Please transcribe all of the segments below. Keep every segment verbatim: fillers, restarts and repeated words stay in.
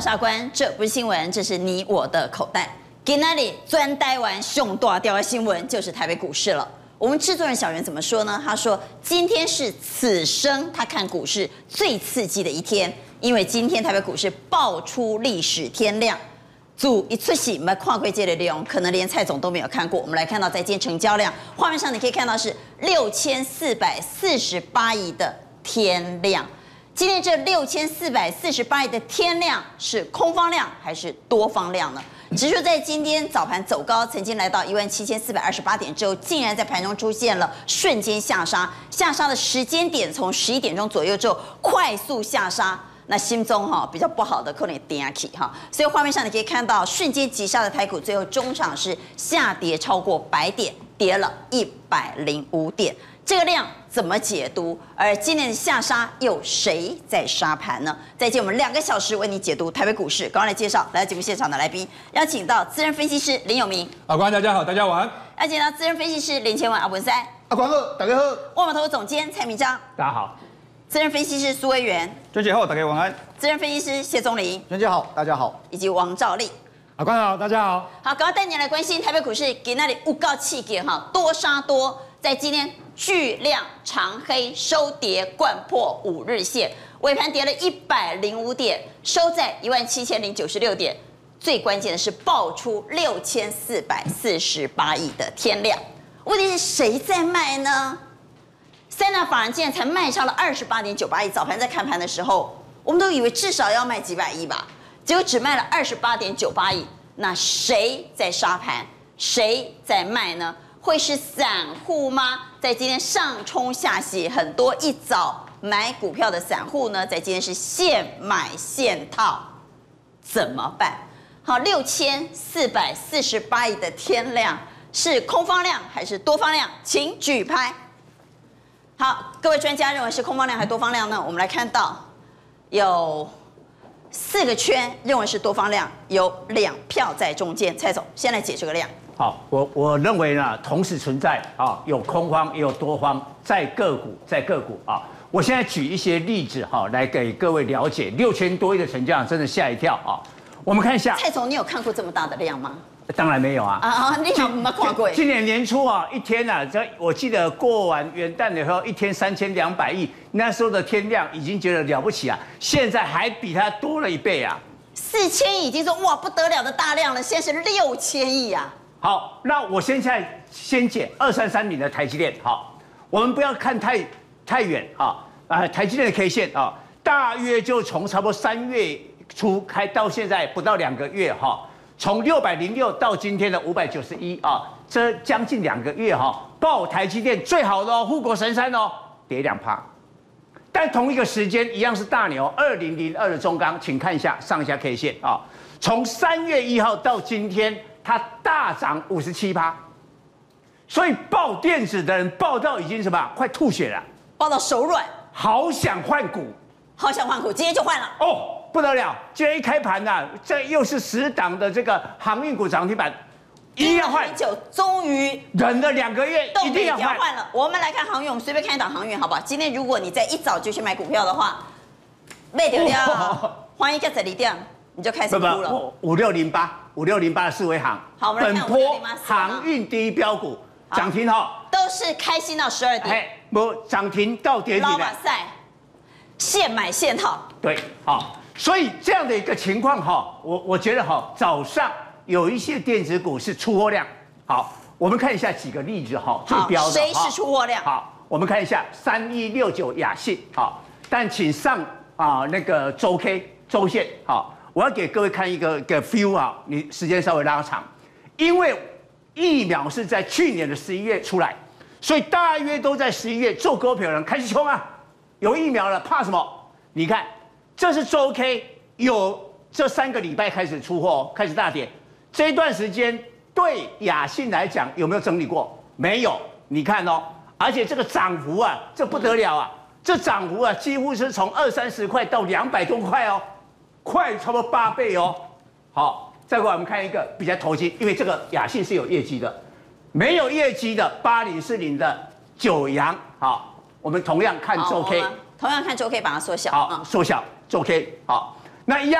察官，这不是新闻，这是你我的口袋。今天里专呆完熊大掉的新闻就是台北股市了。我们制作人小袁怎么说呢？他说今天是此生他看股市最刺激的一天，因为今天台北股市爆出历史天量。组一出戏，没跨过界的内容，可能连蔡总都没有看过。我们来看到，在今天成交量画面上，你可以看到是六千四百四十八亿的天量。今天这六千四百四十八亿的天量是空方量还是多方量呢？指数在今天早盘走高，曾经来到一万七千四百二十八点之后，竟然在盘中出现了瞬间下杀，下杀的时间点从十一点钟左右之后快速下杀。那心中哈比较不好的可能跌起哈，所以画面上你可以看到瞬间急杀的台股，最后中场是下跌超过百点，跌了一百零五点。这个量怎么解读？而今年的下杀有谁在杀盘呢？再见我们两个小时为你解读台北股市。刚刚来介绍来到节目现场的来宾，邀请到资深分析师林有明， 阿关大家好，大家晚安。 邀请到资深分析师林千万阿文塞， 阿关好，大家好。 万宝投总监蔡明章， 大家好。 资深分析师苏威元， 娟姐好，大家晚安。 资深分析师谢宗林， 娟姐好，大家好， 以及王兆力。 阿关好，大家好。 好，赶快带你来关心台北股市，给那里误告气给哈多杀多，在今天巨量长黑收跌，掼破五日线，尾盘跌了一百零五点，收在一万七千零九十六点。最关键的是爆出六千四百四十八亿的天量，问题是谁在卖呢？三大法人竟然才卖超了二十八点九八亿，早盘在看盘的时候，我们都以为至少要卖几百亿吧，结果只卖了二十八点九八亿。那谁在杀盘？谁在卖呢？会是散户吗？在今天上冲下洗，很多一早买股票的散户呢，在今天是现买现套，怎么办？好，六千四百四十八亿的天量是空方量还是多方量？请举牌。好，各位专家认为是空方量还是多方量呢？我们来看到有四个圈认为是多方量，有两票在中间。蔡总，先来解这个量。 好，我我认为呢，同时存在啊，有空方也有多方，在个股在个股啊。我现在举一些例子哈，来给各位了解，六千多亿的成交量真的吓一跳啊。我们看一下， 蔡总，你有看过这么大的量吗？ 当然没有啊！ 啊，你有没有看过？ 今年年初啊，一天啊，这我记得过完元旦的时候，一天三千两百亿，那时候的天量已经觉得了不起啊，现在还比它多了一倍啊！ 四千已经说哇不得了的大量了，现在是六千亿啊！ 好，那我现在先解二三三零的台积电。好，我们不要看太太远啊啊，台积电的 K 线啊，大约就从差不多三月初开到现在不到两个月哈。从六百零六到今天的五百九十一啊，这将近两个月哈，爆台积电最好的哦，护国神山哦，跌两趴。但同一个时间一样是大牛，二零零二的中钢，请看一下上下 K 线啊，从三月一号到今天，它大涨五十七趴。所以爆电子的人爆到已经什么，快吐血了， 爆到手软， 好想换股， 好想换股，今天就换了哦。不得了！今天一开盘呐、啊，这又是十档的这个航运股涨停板，一定要换。 很久，终于忍了两个月，一定要换。 换了。我们来看航运，我们随便看一档航运，好不好？今天如果你在一早就去买股票的话，卖掉了，欢迎在这里掉，你就开始哭了。 五六零八，五六零八的四维航， 好，我们来看本波航运第一标股涨停哈， 都是开心到十二点， 哎，不涨停到跌停了。 哇塞，现买现套。 对，好。所以这样的一个情况哈，我我觉得哈，早上有一些电子股是出货量。好，我们看一下几个例子哈，最标的。 谁是出货量？ 好，我们看一下三一六九雅信。好，但请上啊那个周 K 周线。好，我要给各位看一个个 feel 啊，你时间稍微拉长，因为疫苗是在去年的十一月出来，所以大约都在十一月做股票的人开始冲啊，有疫苗了，怕什么？你看。这是周 K 有这三个礼拜开始出货，开始大跌。这一段时间对雅信来讲有没有整理过？没有。你看哦，而且这个涨幅啊，这不得了啊！这涨幅啊，几乎是从二三十块到两百多块哦，快差不多八倍哦。好，再过来我们看一个比较投机，因为这个雅信是有业绩的，没有业绩的八零四零的九阳，好，我们同样看周 K。 同样看周 K 把它缩小， 好，缩小周 K 好，那一样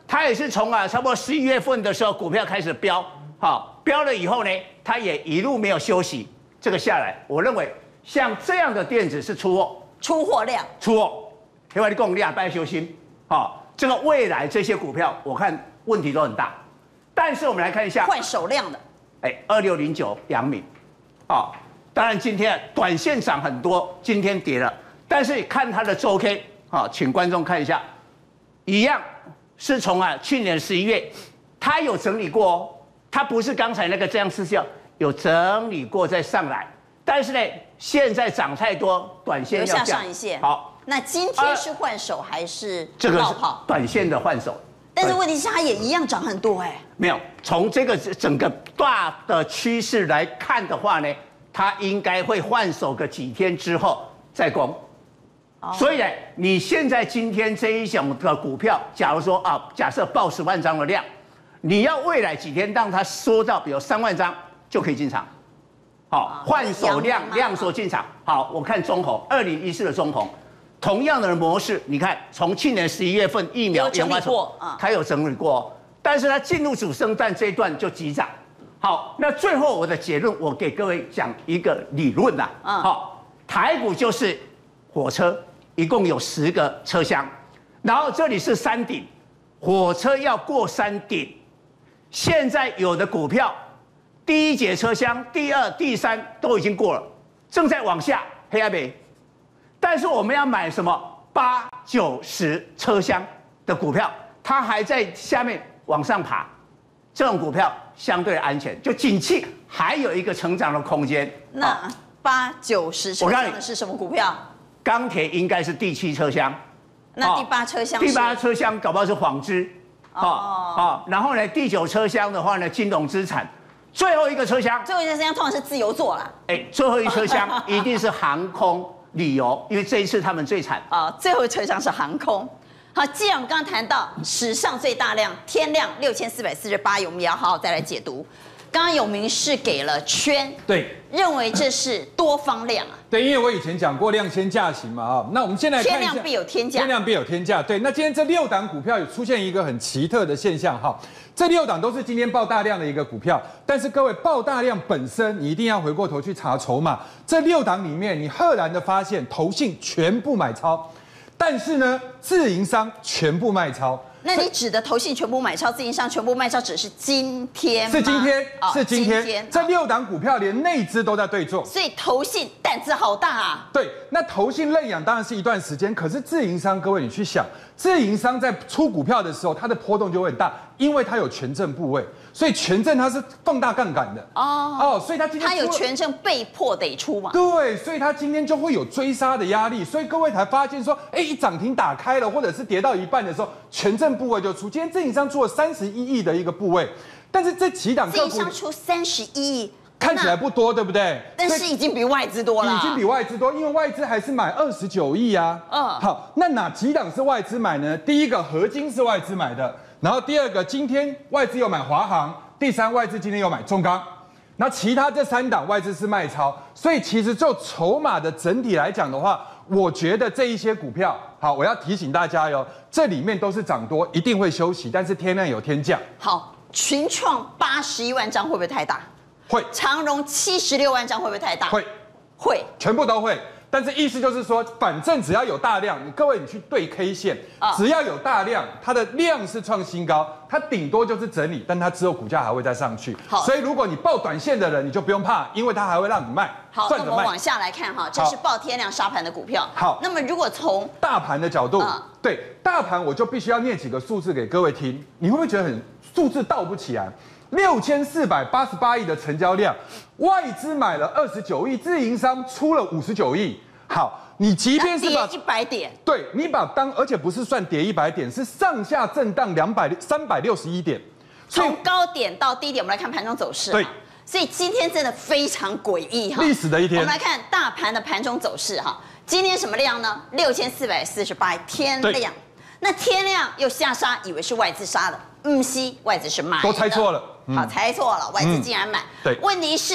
它也是从啊差不多十一月份的时候股票开始飙，好飙了以后呢，它也一路没有休息，这个下来，我认为像这样的电子是出货， 出货量， 出货，另外你供量拜休心，好，这个未来这些股票我看问题都很大，但是我们来看一下换手量的， 哎，二六零九阳明，好，当然今天短线涨很多，今天跌了，但是看它的周 K， 好，请观众看一下，一样。是从啊去年十一月，它有整理过哦，它不是刚才那个这样失效，有整理过再上来，但是呢，现在涨太多，短线要留下降上一线。 好， 那今天是换手还是这个是绕跑？ 短线的换手， 但是问题是它也一样涨很多哎。 没有，从这个整个大的趋势来看的话呢，它应该会换手个几天之后再攻。所以呢，你现在今天这一种的股票，假如说啊，假设报十万张的量，你要未来几天让它缩到比如三万张就可以进场，好，换手量量缩进场。好，我看中宏二零一四的中宏，同样的模式，你看从去年十一月份疫苗研发过，它有整理过，但是它进入主升段这一段就急涨。好，那最后我的结论，我给各位讲一个理论呐，好，台股就是火车。一共有十个车厢，然后这里是山顶，火车要过山顶。现在有的股票，第一节车厢、第二、第三都已经过了，正在往下黑暗北。但是我们要买什么八九十车厢的股票，它还在下面往上爬，这种股票相对安全，就景气还有一个成长的空间。 那八九十车厢的是什么股票？ 钢铁应该是第七车厢， 那第八车厢， 第八车厢搞不好是纺织，哦哦，然后呢，第九车厢的话呢，金融资产，最后一个车厢， 最后一个车厢通常是自由座啦， 哎，最后一车厢一定是航空旅游，因为这一次他们最惨啊，最后一车厢是航空。好，既然我们刚刚谈到史上最大量天量六千四百四十八，我们也要好好再来解读。刚刚有明是给了圈， 对， 认为这是多方量啊。 对，因为我以前讲过量先价型嘛啊，那我们现在看一下天量必有天价， 天量必有天价。对，那今天这六档股票有出现一个很奇特的现象哈，这六档都是今天爆大量的一个股票，但是各位爆大量本身，你一定要回过头去查筹码。这六档里面，你赫然的发现投信全部买超，但是呢，自营商全部卖超。 那你指的投信全部买超，自营商全部卖超，只是今天吗？ 是今天， 哦、 是今天。 今天这六档股票连内资都在对做， 所以投信胆子好大啊。 对，那投信认养当然是一段时间，可是自营商，各位你去想，自营商在出股票的时候，它的波动就会很大，因为它有权证部位，所以权证它是放大杠杆的。哦哦，所以它今天它有权证被迫得出嘛。 对，所以它今天就会有追杀的压力，所以各位才发现说，哎，一涨停打开了，或者是跌到一半的时候，权证部位就出。今天自营商出了三十一亿的一个部位，但是这几档个股自营商出三十一亿， 看起来不多，对不对？ 但是已经比外资多了， 已经比外资多，因为外资还是买二十九亿啊。嗯，好，那哪几档是外资买呢？第一个合金是外资买的，然后第二个今天外资又买华航，第三外资今天又买中钢。那其他这三档外资是卖超，所以其实就筹码的整体来讲的话，我觉得这一些股票，好，我要提醒大家哟，这里面都是涨多，一定会休息，但是天量有天降。 好，群创八十一万张会不会太大？ 会。 长荣七十六万张会不会太大？ 会， 会， 全部都会。但是意思就是说，反正只要有大量，你各位你去对 K 线，哦、只要有大量，它的量是创新高，它顶多就是整理，但它之后股价还会再上去。好，所以如果你抱短线的人，你就不用怕，因为它还会让你卖。 好，那我们往下来看哈，这是爆天量杀盘的股票。 好， 那么如果从大盘的角度，嗯、对大盘，我就必须要念几个数字给各位听，你会不会觉得很数字倒不起来？六千四百八十八亿的成交量，外资买了二十九亿，自营商出了五十九亿。好，你即便是把跌一百点， 对你把当，而且不是算跌一百点，是上下震荡两百三百六十一点， 从高点到低点，我们来看盘中走势。 对， 所以今天真的非常诡异哈， 历史的一天。 我们来看大盘的盘中走势哈，今天什么量呢？六千四百四十八天量，那天量又下杀，以为是外资杀的，嗯，西外资是买的， 都猜错了， 嗯、好，猜错了，外资竟然买。 对， 问题是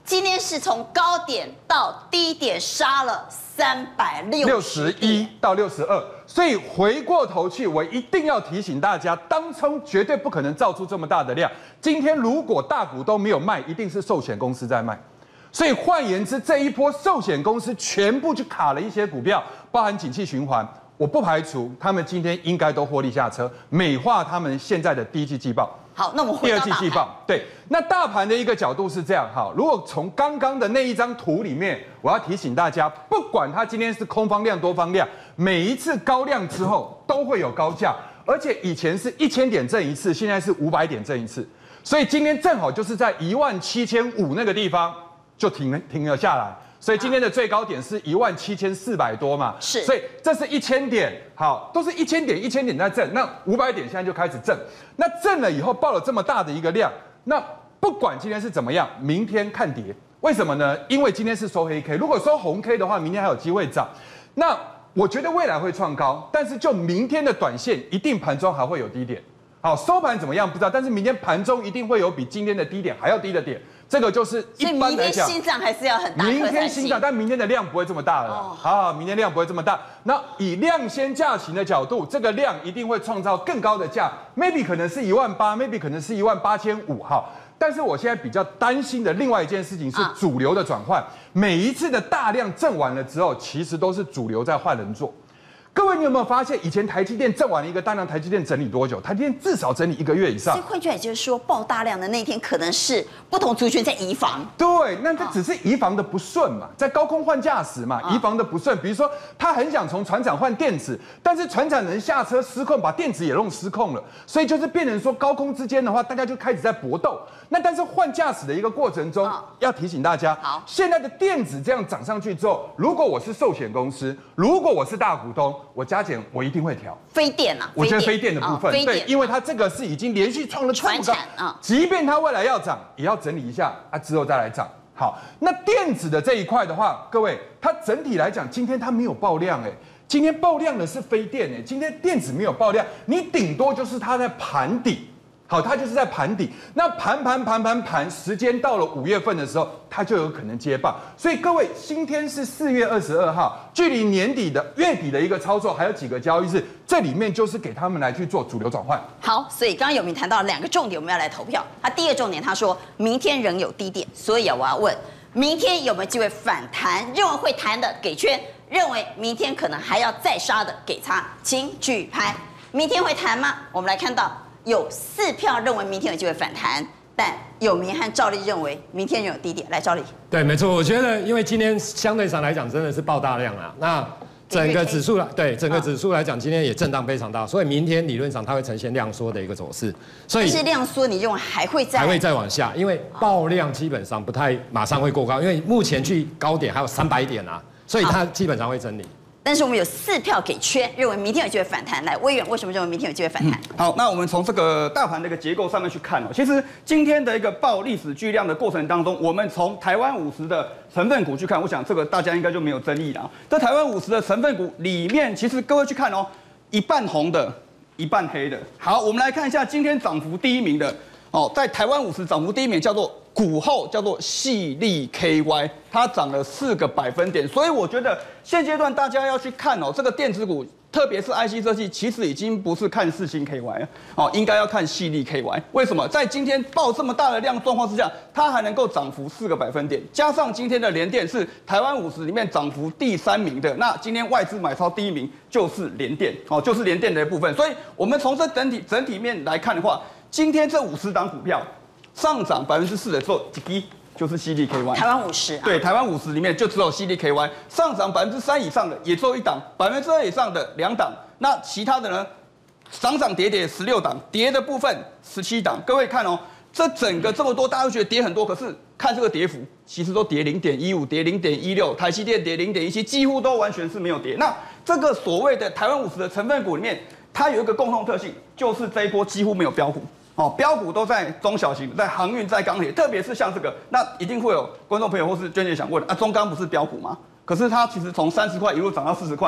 今天是从高点到低点杀了三百六十一到六十二，所以回过头去，我一定要提醒大家，当冲绝对不可能造出这么大的量。今天如果大股东没有卖，一定是寿险公司在卖。所以换言之，这一波寿险公司全部去卡了一些股票，包含景气循环。我不排除他们今天应该都获利下车，美化他们现在的第一季季报。 好，那我们回第二到季季报，对，那大盘的一个角度是这样哈。如果从刚刚的那一张图里面，我要提醒大家，不管它今天是空方量多方量，每一次高量之后都会有高价，而且以前是一千点挣一次，现在是五百点挣一次，所以今天正好就是在一万七千五那个地方就停了停了下来。所以今天的最高点是一万七千四百多嘛， 是， 所以这是一千点，好，都是一千点，一千点在挣，那五百点现在就开始挣，那挣了以后爆了这么大的一个量，那不管今天是怎么样，明天看跌，为什么呢？因为今天是收黑 K， 如果收红 K 的话，明天还有机会涨，那我觉得未来会创高，但是就明天的短线，一定盘中还会有低点，好，收盘怎么样不知道，但是明天盘中一定会有比今天的低点还要低的点。这个就是一般来讲， 明天心脏还是要很大颗才行。 明天心脏，但明天的量不会这么大了。哦、好，明天量不会这么大。那以量先价行的角度，这个量一定会创造更高的价 ，maybe 可能是一万八 ，maybe 可能是一万八千五。好，但是我现在比较担心的另外一件事情是主流的转换。啊、每一次的大量挣完了之后，其实都是主流在换人做。各位，你有没有发现，以前台积电挣完了一个大量，台积电整理多久？台积电至少整理一个月以上。 所以换句话就是说，爆大量的那天可能是不同族群在移防。 对，那它只是移防的不顺嘛，在高空换驾驶嘛，移防的不顺。比如说，他很想从船厂换电子，但是船厂人下车失控，把电子也弄失控了，所以就是变成说高空之间的话，大家就开始在搏斗。那但是换驾驶的一个过程中，要提醒大家， 好， 现在的电子这样涨上去之后，如果我是寿险公司，如果我是大股东，我加减我一定会调非电啊， 我觉得非电的部分， 哦、 对，因为它这个是已经连续创了这么高， 啊， 即便它未来要涨，也要整理一下啊，之后再来涨。好，那电子的这一块的话，各位，它整体来讲，今天它没有爆量哎、欸，今天爆量的是非电哎、欸，今天电子没有爆量，你顶多就是它在盘底。好，它就是在盘底，那盘盘盘盘盘，时间到了五月份的时候，它就有可能接棒。所以各位，今天是四月二十二号，距离年底的月底的一个操作还有几个交易日，这里面就是给他们来去做主流转换。 好，所以刚刚有明谈到两个重点，我们要来投票。他第一个重点，他说明天仍有低点，所以我要问，明天有没有机会反弹？认为会弹的给圈，认为明天可能还要再杀的给叉，请举牌。明天会弹吗？我们来看到。有四票认为明天有机会反弹，但有明和赵丽认为明天仍有低点。来，赵丽。 对，没错，我觉得因为今天相对上来讲真的是爆大量啊，那整个指数来对整个指数来讲，今天也震荡非常大，所以明天理论上它会呈现量缩的一个走势。所以是量缩，你认为还会再还会再往下？因为爆量基本上不太马上会过高，因为目前距高点还有三百点啊，所以它基本上会整理。 但是我们有四票给圈，认为明天有机会反弹。来，威远为什么认为明天有机会反弹？ 嗯、好，那我们从这个大盘的一个结构上面去看哦。其实今天的一个爆历史巨量的过程当中，我们从台湾五十的成分股去看，我想这个大家应该就没有争议了。这台湾五十的成分股里面，其实各位去看哦，一半红的，一半黑的。好，我们来看一下今天涨幅第一名的哦，在台湾五十涨幅第一名叫做股后，叫做矽力 K Y， 它涨了四个百分点。所以我觉得现阶段大家要去看哦，这个电子股，特别是 I C 设计，其实已经不是看世芯 K Y 了哦，应该要看矽力 K Y。为什么？在今天爆这么大的量状况之下，它还能够涨幅四个百分点，加上今天的联电是台湾五十里面涨幅第三名的，那今天外资买超第一名就是联电哦，就是联电的部分。所以我们从这整体整体面来看的话，今天这五十档股票上涨百分之四的时候，一滴就是矽力 K Y。 台湾五十、啊， 对，台湾五十里面就只有矽力 K Y 上涨百分之三以上的，也只有一档；百分之二以上的两档。那其他的呢，涨涨跌跌十六档，跌的部分十七档。各位看哦，这整个这么多，大家会觉得跌很多，可是看这个跌幅，其实都跌零点一五，跌零点一六，台积电跌零点一七，几乎都完全是没有跌。那这个所谓的台湾五十的成分股里面，它有一个共同特性，就是这一波几乎没有标股。哦，标股都在中小型，在航运，在钢铁，特别是像这个，那一定会有观众朋友或是娟姐想问啊，中钢不是标股吗？可是它其实从三十块一路涨到四十块，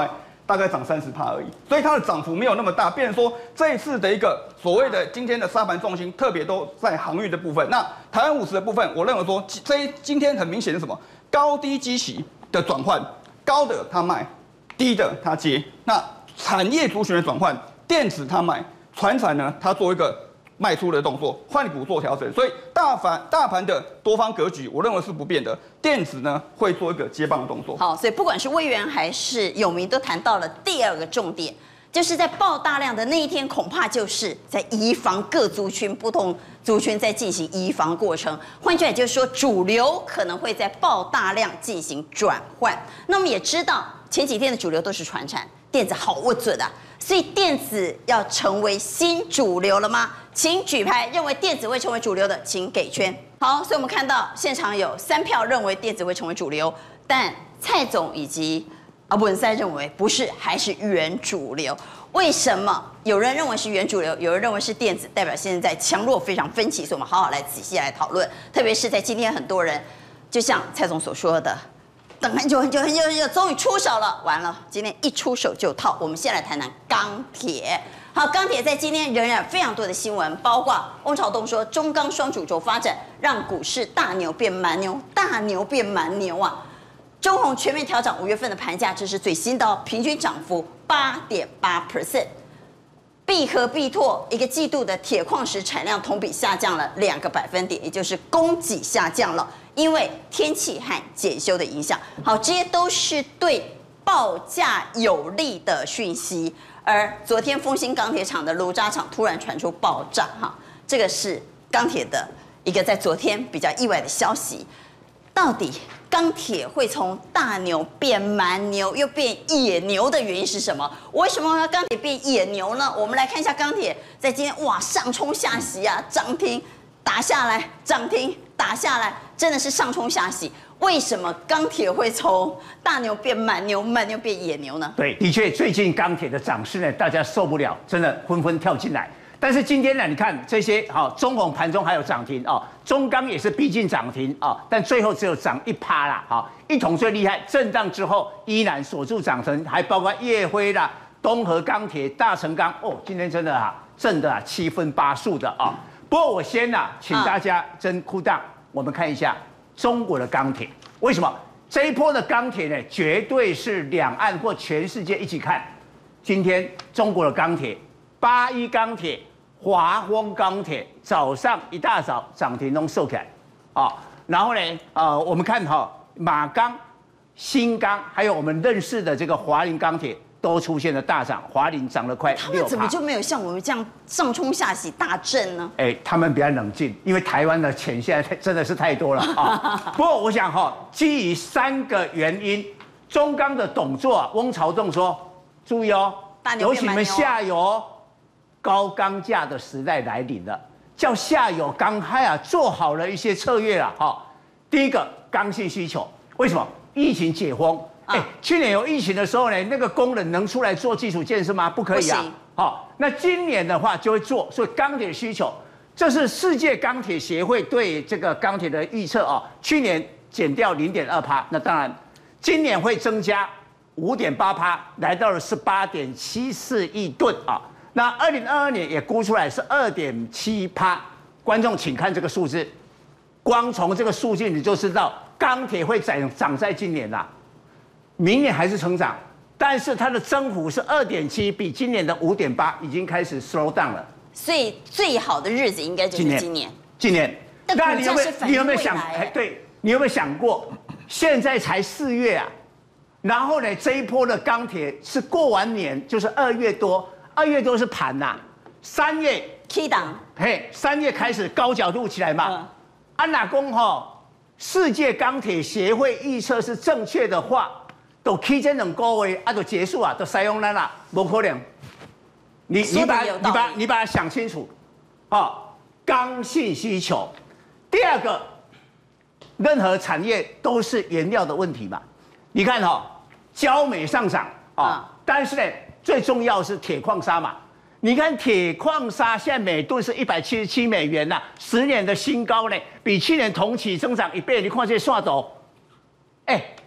大概涨三十趴而已，所以它的涨幅没有那么大。变成说这一次的一个所谓的今天的沙盘重心，特别都在航运的部分。那台湾五十的部分，我认为说这一今天很明显是什么？高低基期的转换，高的它卖，低的它接。那产业族群的转换，电子它买，传产呢它做一个卖出的动作，换股做调整。所以大盘大盘的多方格局，我认为是不变的。电子呢会做一个接棒的动作。 好，所以不管是魏源还是有明，都谈到了第二个重点，就是在爆大量的那一天，恐怕就是在移防各族群不同族群在进行移防过程。换句话就是说，主流可能会在爆大量进行转换。那我们也知道，前几天的主流都是传产，电子好握准啊。所以电子要成为新主流了吗？请举牌，认为电子会成为主流的，请给圈。好，所以我们看到现场有三票认为电子会成为主流，但蔡总以及啊文塞认为不是，还是原主流。为什么有人认为是原主流，有人认为是电子？代表现在强弱非常分歧，所以我们好好来仔细来讨论。特别是在今天，很多人就像蔡总所说的。等很久很久很久很久，终于出手了，完了，今天一出手就套。我们先来谈谈钢铁。好，钢铁在今天仍然非常多的新闻，包括翁朝栋说中钢双主轴发展让股市大牛变蛮牛，大牛变蛮牛啊。中鸿全面调整五月份的盘价，这是最新的，平均涨幅八点八 percent。必和必拓一个季度的铁矿石产量同比下降了两个百分点，也就是供给下降了，因为天气和检修的影响。好，这些都是对报价有利的讯息。而昨天丰兴钢铁厂的炉渣厂突然传出爆炸，哈，这个是钢铁的一个在昨天比较意外的消息。到底钢铁会从大牛变蛮牛又变野牛的原因是什么？为什么钢铁变野牛呢？我们来看一下钢铁在今天哇上冲下洗啊，涨停打下来，涨停打下来，真的是上冲下洗。为什么钢铁会从大牛变蛮牛，蛮牛变野牛呢？ 对，的确，最近钢铁的涨势呢，大家受不了，真的纷纷跳进来。但是今天呢，你看这些好，中鸿盘中还有涨停哦，中钢也是逼近涨停哦，但最后只有涨一趴啦。好，一统最厉害，震荡之后依然锁住涨停，还包括燁辉啦、东和钢铁、大成钢哦，今天真的啊，震的啊七分八速的啊。不过我先呐、啊，请大家真酷档，我们看一下中国的钢铁，为什么这一波的钢铁呢？绝对是两岸或全世界一起看。今天中国的钢铁，八一钢铁。华丰钢铁早上一大早涨停都收起来，啊，然后呢，呃，我们看哈、哦、马钢、新钢，还有我们认识的这个华菱钢铁都出现了大涨，华菱涨了快六趴。 他们怎么就没有像我们这样上冲下洗大震呢？ 哎，他们比较冷静，因为台湾的钱现在真的是太多了啊。不过我想哈、哦，基于三个原因，中钢的董座、啊、翁朝栋说，注意哦，尤其你们下游。高钢价的时代来临了，叫下游钢khai啊做好了一些策略了哈。第一个刚性需求，为什么？疫情解封，哎、啊，去年有疫情的时候呢，那个工人能出来做基础建设吗？不可以啊。好，那今年的话就会做，所以钢铁需求，这是世界钢铁协会对这个钢铁的预测啊。去年减掉零点二趴，那当然今年会增加五点八趴，来到了十八点七四亿吨啊。那二零二二年也估出来是二点七趴，观众请看这个数字，光从这个数据你就知道钢铁会涨涨在今年啦，明年还是成长，但是它的增幅是二点七，比今年的五点八已经开始 slow down 了。 所以最好的日子应该就是今年。 今年， 那你有没有你有没有想？哎，对，你有没有想过，现在才四月啊，然后呢这一波的钢铁是过完年就是二月多。二月都是盘呐、啊，三月 K 档， 嘿，三月开始高角度起来嘛。嗯、安哪公哈，世界钢铁协会预测是正确的话，都 K 这两个月啊，都结束啊，都使用咱啦，不可能。你你把你把你把它想清楚，啊，刚性需求。第二个，任何产业都是原料的问题嘛。你看哈、哦，焦煤上涨啊，嗯、但是呢。最重要是铁矿砂嘛，你看铁矿砂现在每吨是一百七十七美元呐、啊，十年的新高呢，比去年同期增长一倍。你看这线图，哎，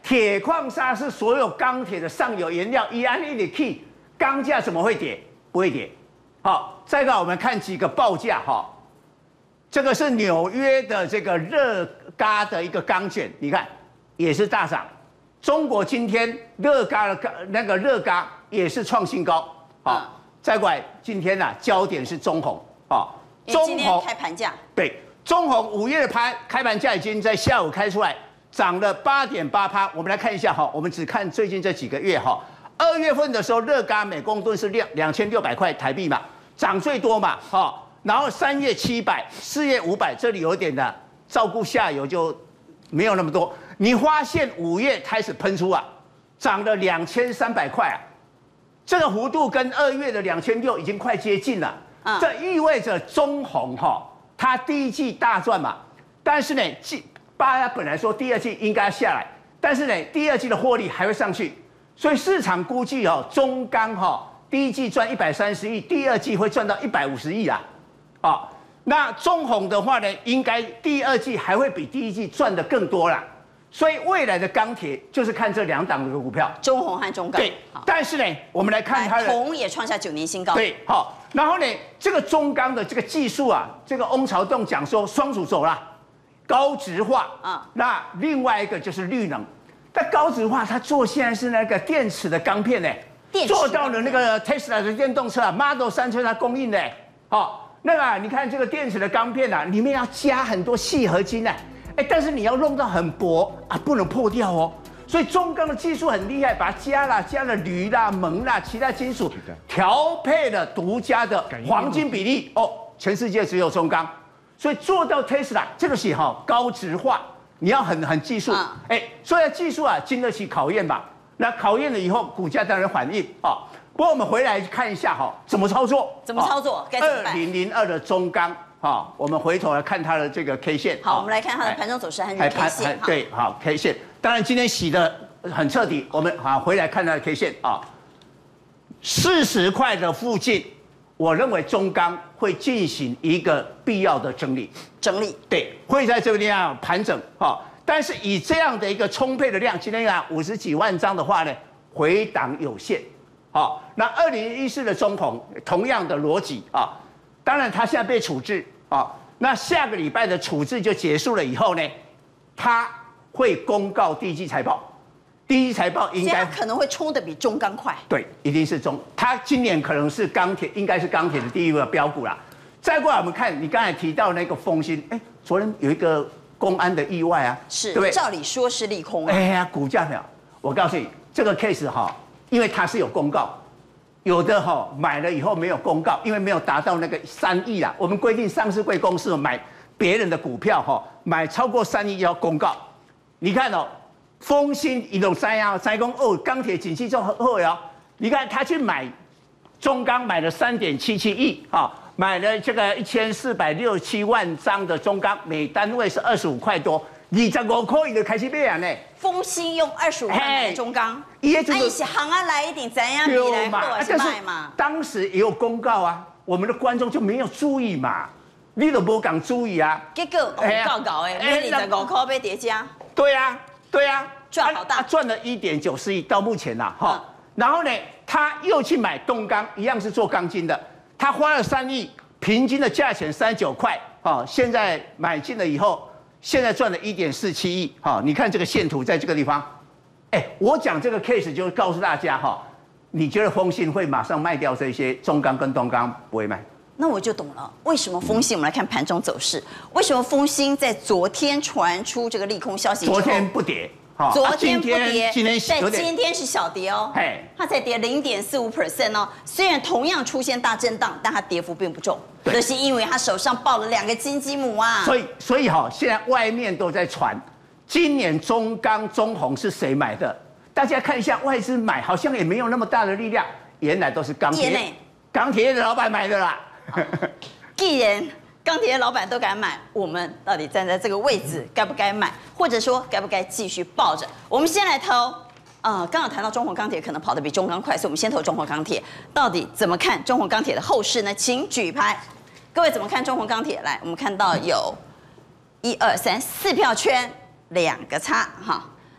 铁矿砂是所有钢铁的上游原料，一按一的 key， 钢价怎么会跌？不会跌。好，再个我们看几个报价哈，这个是纽约的这个热轧的一个钢卷，你看也是大涨。中国今天热轧的那个热轧也是创新高。好，再过来今天呢、啊，焦点是中红啊， 中红开盘价对。中红五月的盘开盘价已经在下午开出来，涨了八点八趴。我们来看一下哈，我们只看最近这几个月哈。二月份的时候，热轧每公吨是两两千六百块台币嘛，涨最多嘛哈。然后三月七百，四月五百，这里有点的照顾下游就没有那么多。你发现五月开始喷出啊，涨了两千三百块啊，这个幅度跟二月的两千六已经快接近了。嗯、这意味着中红哈。它第一季大赚嘛，但是呢，季八呀本来说第二季应该下来，但是呢，第二季的获利还会上去，所以市场估计哦，中钢哈第一季赚一百三十亿，第二季会赚到一百五十亿啊，啊，那中红的话呢，应该第二季还会比第一季赚的更多啦，所以未来的钢铁就是看这两档的股票， 中红和中钢。 对，但是呢，我们来看它的铜也创下九年新高。 对，好。然后呢，这个中钢的这个技术啊，这个翁朝栋讲说双主轴啦，高值化啊，那另外一个就是绿能。但高值化它做现在是那个电池的钢片呢，做到了那个 Tesla 的电动车啊 ，Model 三车它供应的，好，那个、啊、你看这个电池的钢片啊，里面要加很多细合金啊，哎，但是你要弄到很薄啊，不能破掉哦。所以中钢的技术很厉害，把它加了加了铝啦、锰啦、其他金属，调配了独家的黄金比例哦，全世界只有中钢，所以做到 Tesla 这个是哈高值化，你要很很技术，哎、嗯，所以技术啊经得起考验吧。那考验了以后，股价当然反应啊。不过我们回来看一下哈，怎么操作？ 怎么操作？该怎么办？ 二零零二的中钢啊，我们回头来看它的这个 K 线。 好，我们来看它的盘中走势和日 K 线。 对，好 K 线。当然，今天洗的很彻底。我们好回来看它的 K 线啊，四十块的附近，我认为中钢会进行一个必要的整理。 整理对，会在这个地方盘整啊。但是以这样的一个充沛的量，今天啊五十几万张的话呢，回档有限。好，那二零一四的中红同样的逻辑啊，当然它现在被处置啊，那下个礼拜的处置就结束了以后呢，它会公告第一季财报，第一季财报应该可能会冲得比中钢快， 对，一定是中，它今年可能是钢铁，应该是钢铁的第一个标股啦。再过来我们看你刚才提到那个丰兴，哎，昨天有一个公安的意外啊， 是， 对不对？ 照理说是利空啊， 哎呀，股价没有，我告诉你这个 case 哈。因为它是有公告，有的哈、哦、买了以后没有公告，因为没有达到那个三亿啦。我们规定上市柜公司买别人的股票哈、哦，买超过三亿要公告。你看哦，丰兴一种三啊，三公哦，钢铁景气就很好哟。你看他去买中钢买了三点七七亿啊，买了这个一千四百六十七万张的中钢，每单位是二十五块多。二十五块就开始买啊呢。 丰兴用二十五块买中钢，那一些行啊来一点怎样比来或者是卖嘛？ 当时也有公告啊，我们的观众就没有注意嘛，你都没敢注意啊。 结果搞搞哎，买二十五块被叠加。 对啊，对啊， 赚好大， 赚了一点九四亿到目前呐哈。然后呢，他又去买东钢，一样是做钢筋的，他花了三亿，平均的价钱三十九块，哈，现在买进了以后。现在赚了一点四七亿，哈，你看这个线图在这个地方，哎，我讲这个 case 就是告诉大家哈，你觉得丰兴会马上卖掉这些中钢跟东钢不会卖？ 那我就懂了，为什么丰兴？我们来看盘中走势，为什么丰兴在昨天传出这个利空消息之后， 昨天不跌， 昨天不跌， 今天但今天是小跌哦，它才跌零点四五 percent 哦。虽然同样出现大震荡，但它跌幅并不重，这是因为它手上抱了两个金鸡母啊。 所以，所以哈，现在外面都在传，今年中钢、中红是谁买的？大家看一下，外资买好像也没有那么大的力量，原来都是钢铁钢铁业的老板买的啦。 既然钢铁老板都敢买，我们到底站在这个位置该不该买，或者说该不该继续抱着？我们先来投，呃，刚好谈到中宏钢铁可能跑得比中钢快，所以我们先投中宏钢铁。到底怎么看中宏钢铁的后市呢？请举牌，各位怎么看中宏钢铁？来，我们看到有一二三四票圈，两个叉，哈。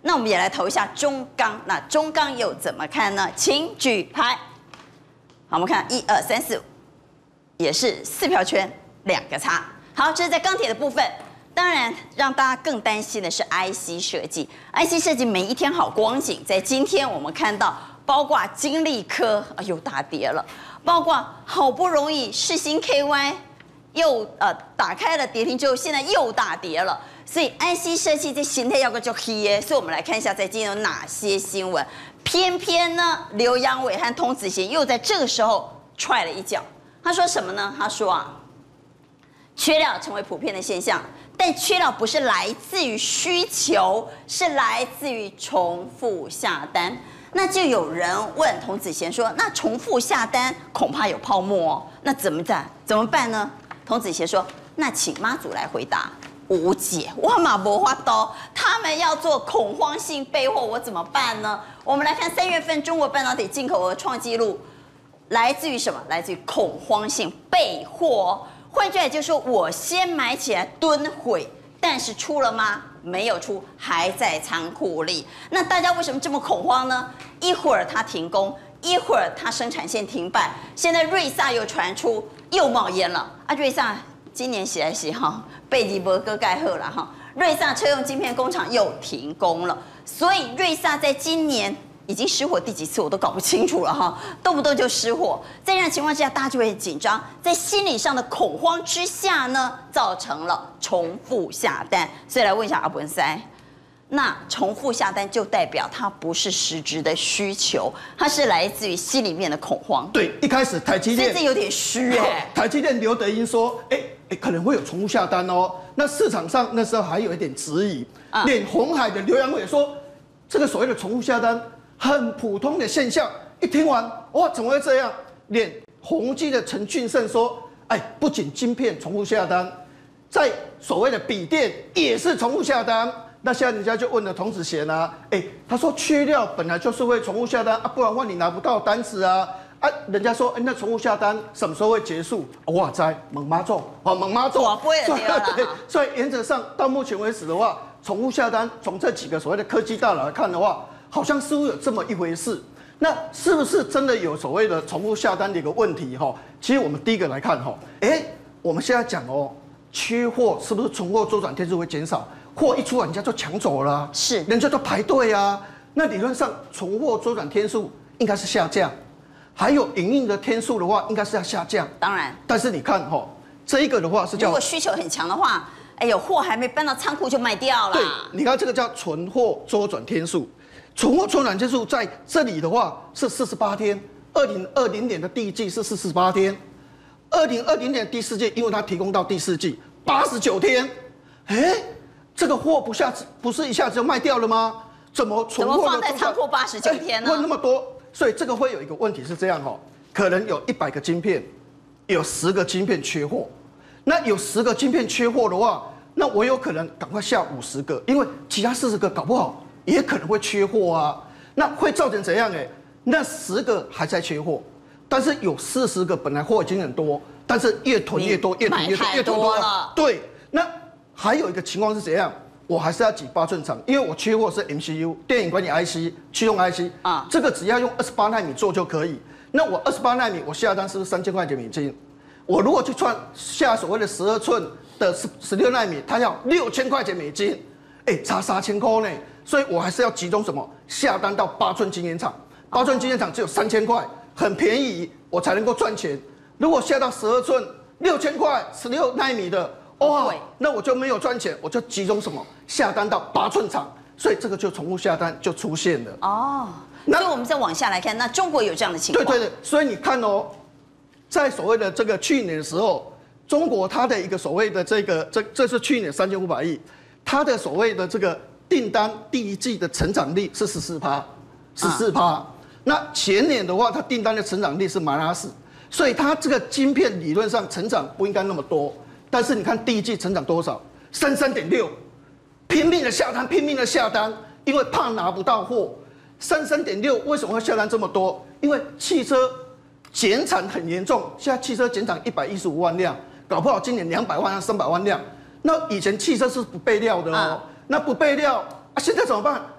那我们也来投一下中钢，那中钢又怎么看呢？请举牌。好，我们看一二三四，也是四票圈两个叉。好，这是在钢铁的部分。当然，让大家更担心的是 I C 设计。I C 设计每一天好光景，在今天我们看到，包括金利科啊又大跌了，包括好不容易世芯 K Y 又呃打开了跌停之后，现在又大跌了。所以 I C 设计这形态要个就黑耶。所以我们来看一下，在今天有哪些新闻。偏偏呢，刘扬伟和童子贤又在这个时候踹了一脚。他说什么呢？他说啊，缺料成为普遍的现象。但缺料不是来自于需求，是来自于重复下单。那就有人问童子贤说：“那重复下单恐怕有泡沫哦，那怎么办？怎么办呢？”童子贤说：“那请妈祖来回答。”无解，我马无法度，他们要做恐慌性备货，我怎么办呢？我们来看三月份中国半导体进口额创纪录，来自于什么？来自于恐慌性备货。换句话就是说，我先买起来蹲毁，但是出了吗？没有出，还在仓库里。那大家为什么这么恐慌呢？一会儿它停工，一会儿它生产线停摆，现在瑞萨又传出又冒烟了啊！瑞萨今年洗来洗哈，贝吉伯哥盖赫了哈，瑞萨车用晶片工厂又停工了，所以瑞萨在今年已经失火第几次我都搞不清楚了哈，动不动就失火。在这样的情况之下，大家就会很紧张，在心理上的恐慌之下呢，造成了重复下单。所以来问一下阿文塞，那重复下单就代表它不是实质的需求，它是来自于心里面的恐慌。 对，一开始台积电甚至有点虚哎、欸。 台积电刘德英说，哎、欸、哎、欸，可能会有重复下单哦。那市场上那时候还有一点质疑，啊、连鸿海的刘扬伟说，这个所谓的重复下单很普通的现象。一听完，哇，怎么会这样？连宏基的陈俊盛说，哎，不仅晶片重复下单，在所谓的笔电也是重复下单。那现在人家就问了童子贤啊，哎，他说缺料本来就是会重复下单啊，不然的话你拿不到单子啊。啊，人家说，哎，那重复下单什么时候会结束？哇塞，猛妈中，哦，猛妈中， 不会了， 对，所以原则上到目前为止的话，重复下单从这几个所谓的科技大佬来看的话，好像似乎有这么一回事。那是不是真的有所谓的重复下单的一个问题？哈，其实我们第一个来看哈，哎，我们现在讲哦，缺货是不是存货周转天数会减少？货一出来，人家就抢走了、啊， 是， 人家都排队啊。那理论上存货周转天数应该是下降。还有营运的天数的话，应该是要下降。 当然， 但是你看哈、哦，这一个的话是叫， 如果需求很强的话，哎呦，货还没搬到仓库就卖掉了。 对，你看这个叫存货周转天数，存货周转天数在这里的话是四十八天，二零二零年的第一季是四十八天，二零二零年第四季，因为它提供到第四季八十九天，哎，这个货不下不是一下子就卖掉了吗？怎么存货怎么放在仓库八十九天呢？ 问那么多。所以这个会有一个问题是这样哈，可能有一百个晶片，有十个晶片缺货，那有十个晶片缺货的话，那我有可能赶快下五十个，因为其他四十个搞不好也可能会缺货啊，那会造成怎样？哎，那十个还在缺货，但是有四十个本来货已经很多，但是越囤越多，越囤越多，越囤多了。对，那还有一个情况是怎样？我还是要挤八寸厂，因为我缺货是 M C U 电影管理 I C 驱动 I C 啊，这个只要用二十八奈米做就可以。那我二十八奈米，我下单是不是三千块钱美金？我如果去串下所谓的十二寸的十十六奈米，它要六千块钱美金，哎，差三千块呢。所以我还是要集中什么下单到八寸晶圆厂，八寸晶圆厂只有三千块，很便宜，我才能够赚钱。如果下到十二寸六千块，十六奈米的。哇，那我就没有赚钱，我就集中什么下单到八寸厂，所以这个就重复下单就出现了。哦， 那所以我们再往下来看，那中国有这样的情况？ 对对对，所以你看哦，在所谓的这个去年的时候，中国它的一个所谓的这个这这是去年三千五百亿，它的所谓的这个订单第一季的成长率是十四趴，十四趴。那前年的话，它订单的成长率是 minus， 所以它这个晶片理论上成长不应该那么多。但是你看第一季成长多少？三三点六，拼命的下单，拼命的下单，因为怕拿不到货。三三点六为什么会下单这么多？因为汽车减产很严重，现在汽车减产一百一十五万辆，搞不好今年两百万、三百万辆。那以前汽车是不备料的哦，啊、那不备料啊，现在怎么办？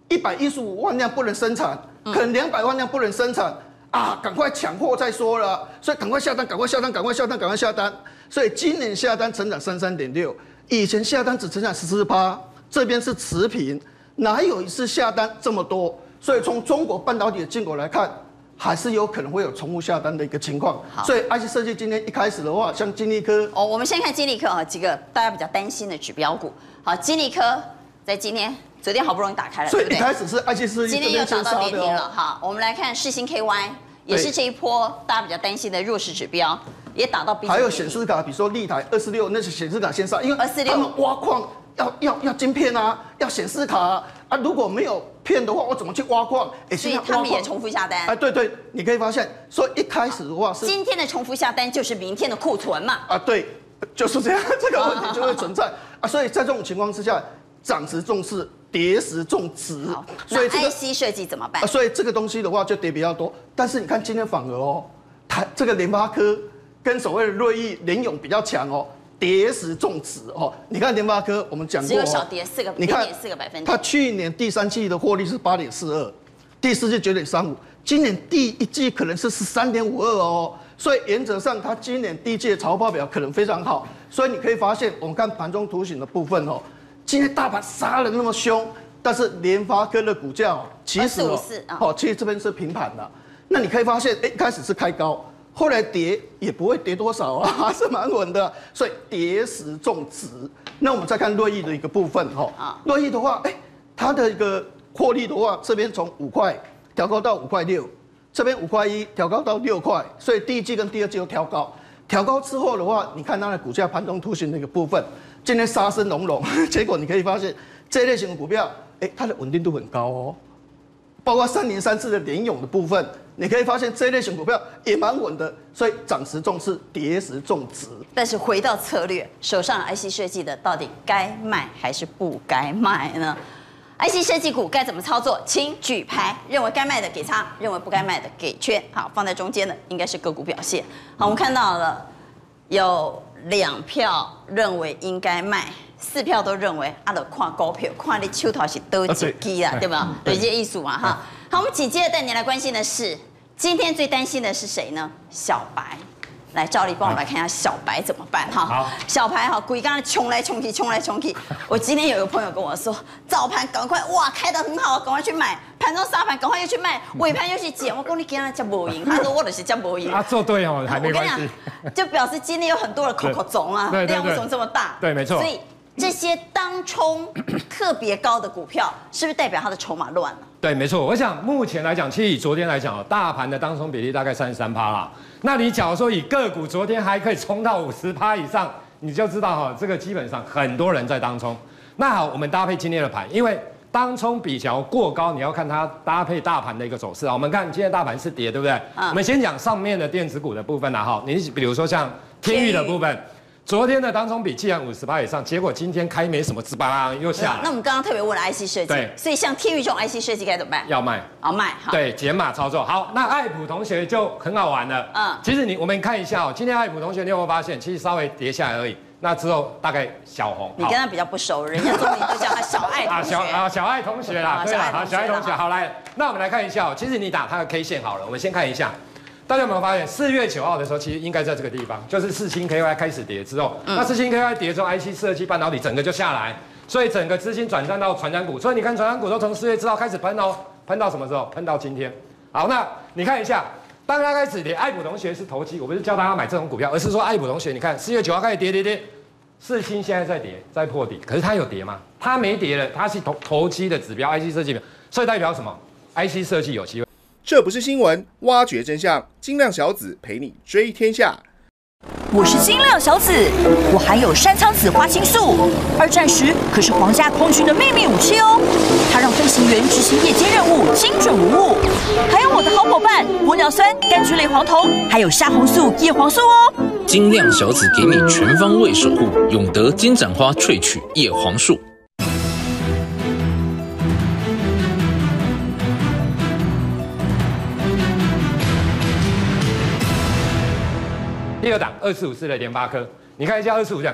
一百一十五万辆不能生产，可能两百万辆不能生产啊，赶快抢货再说了，所以赶快下单，赶快下单，赶快下单，赶快下单。所以今年下单成长三十三点六，以前下单只成长十四趴，这边是持平，哪有一次下单这么多？所以从中国半导体的进口来看，还是有可能会有重复下单的一个情况。所以 I C 设计今天一开始的话，像金立科哦，我们先看金立科啊，几个大家比较担心的指标股。好，金立科在今天。昨天好不容易打开了， 所以对不对？ 一开始是 I C 设计今天又涨到跌停了。好，我们来看世芯 K Y， 也是这一波大家比较担心的弱势指标，也打到。 还有显示卡，比如说立台二四六，那是显示卡先上，因为他们挖矿要要要晶片啊，要显示卡啊，啊如果没有片的话，我怎么去挖矿？ 哎，所以他们也重复下单。 哎，对对，你可以发现，所以一开始的话是今天的重复下单就是明天的库存嘛。 啊，对，就是这样，这个问题就会存在啊。所以在这种情况之下，涨时重视。跌时重值， 所以 I C 设计怎么办？ 啊，所以这个东西的话就跌比较多。但是你看今天反而哦，台这个联发科跟所谓的瑞昱、联咏比较强哦，跌时重值哦。你看联发科，我们讲过， 只有小跌四个，你看四个百分点。 它去年第三季的获利是八点四二，第四季九点三五，今年第一季可能是十三点五二哦。所以原则上，它今年第一季的财报表可能非常好。所以你可以发现，我们看盘中图形的部分哦。今天大盘杀得那么凶，但是联发科的股价哦，其实哦，哦，其实这边是平盘的。那你可以发现，哎，一开始是开高，后来跌也不会跌多少啊，还是蛮稳的。所以跌时重值。那我们再看瑞昱的一个部分哈，瑞昱的话，哎，它的一个获利的话，这边从五块调高到五块六，这边五块一调高到六块，所以第一季跟第二季都调高。调高之后的话，你看它的股价盘中图形的一个部分。今天杀声隆隆，结果你可以发现这一类型的股票，哎，它的稳定度很高哦。包括三零三四的联咏的部分，你可以发现这一类型股票也蛮稳的，所以涨时重视，跌时重值。 但是回到策略，手上 I C 设计的到底该卖还是不该卖呢 ？I C 设计股该怎么操作？请举牌，认为该卖的给叉，认为不该卖的给圈。好，放在中间的应该是个股表现。好，我们看到了有。两票认为应该卖，四票都认为啊，就看股票，看你手头是多几支啦，对吧？对，这意思嘛哈。好，我们紧接着带您来关心的是，今天最担心的是谁呢？小白。来，赵丽帮我们来看一下小白怎么办哈。好，小白哈，鬼刚才冲来冲去，冲来冲去。我今天有一个朋友跟我说，早盘赶快哇，开得很好，赶快去买。盘中杀盘，赶快又去卖，尾盘又去捡。我讲你今天叫无赢，他说我就是叫无赢。 啊，做对哦，还没关系。 就表示今天有很多的口口种啊，量为什么这么大？ 对，没错。 所以这些当冲特别高的股票，是不是代表它的筹码乱了？ 对，没错。我想目前来讲，其实以昨天来讲哦，大盘的当冲比例大概三十三趴啦。那你假如说以个股昨天还可以冲到五十趴以上，你就知道哈，这个基本上很多人在当冲。那好，我们搭配今天的盘，因为当冲比较过高，你要看它搭配大盘的一个走势啊。我们看今天大盘是跌，对不对？嗯、我们先讲上面的电子股的部分啦，哈，你比如说像天钰的部分。昨天的当冲比既然五十趴以上，结果今天开没什么，滋吧又下来。 那我们刚刚特别问了 I C 设计， 对， 所以像天钰这种 I C 设计该怎么办？ 要卖， 要卖，好， 对，减码操作。好，那爱普同学就很好玩了。嗯，其实你我们看一下哦，今天爱普同学你有没有发现，其实稍微跌下来而已。那之后大概小红， 你跟他比较不熟，人家中文都叫他小爱同学啊，小啊小爱同学啦，对啦，好小爱同学，好来，那我们来看一下哦，其实你打它的 K 线好了，我们先看一下。大家有没有发现，四月九号的时候，其实应该在这个地方，就是世芯 K Y 开始跌之后，嗯、那世芯 K Y 跌之后 ，I C 设计半导体整个就下来，所以整个资金转战到传产股，所以你看传产股都从四月之后开始喷哦，喷到什么时候？喷到今天。好，那你看一下，当它开始跌，爱普同学是投机，我不是教大家买这种股票，而是说爱普同学，你看四月九号开始跌跌跌，世芯现在在跌，在破底，可是它有跌吗？它没跌了，它是投投机的指标 ，I C 设计，所以代表什么 ？I C 设计有机会。 这不是新闻，挖掘真相，精亮小子陪你追天下。 我是精亮小子，我含有山仓子花青素，二战时可是皇家空军的秘密武器哦。它让飞行员执行夜间任务精准无误。还有我的好伙伴玻尿酸、柑橘类黄酮，还有虾红素、叶黄素哦。 精亮小子给你全方位守护，永德金盏花萃取叶黄素。 第二档二四五四的联发科，你看一下二四五这样，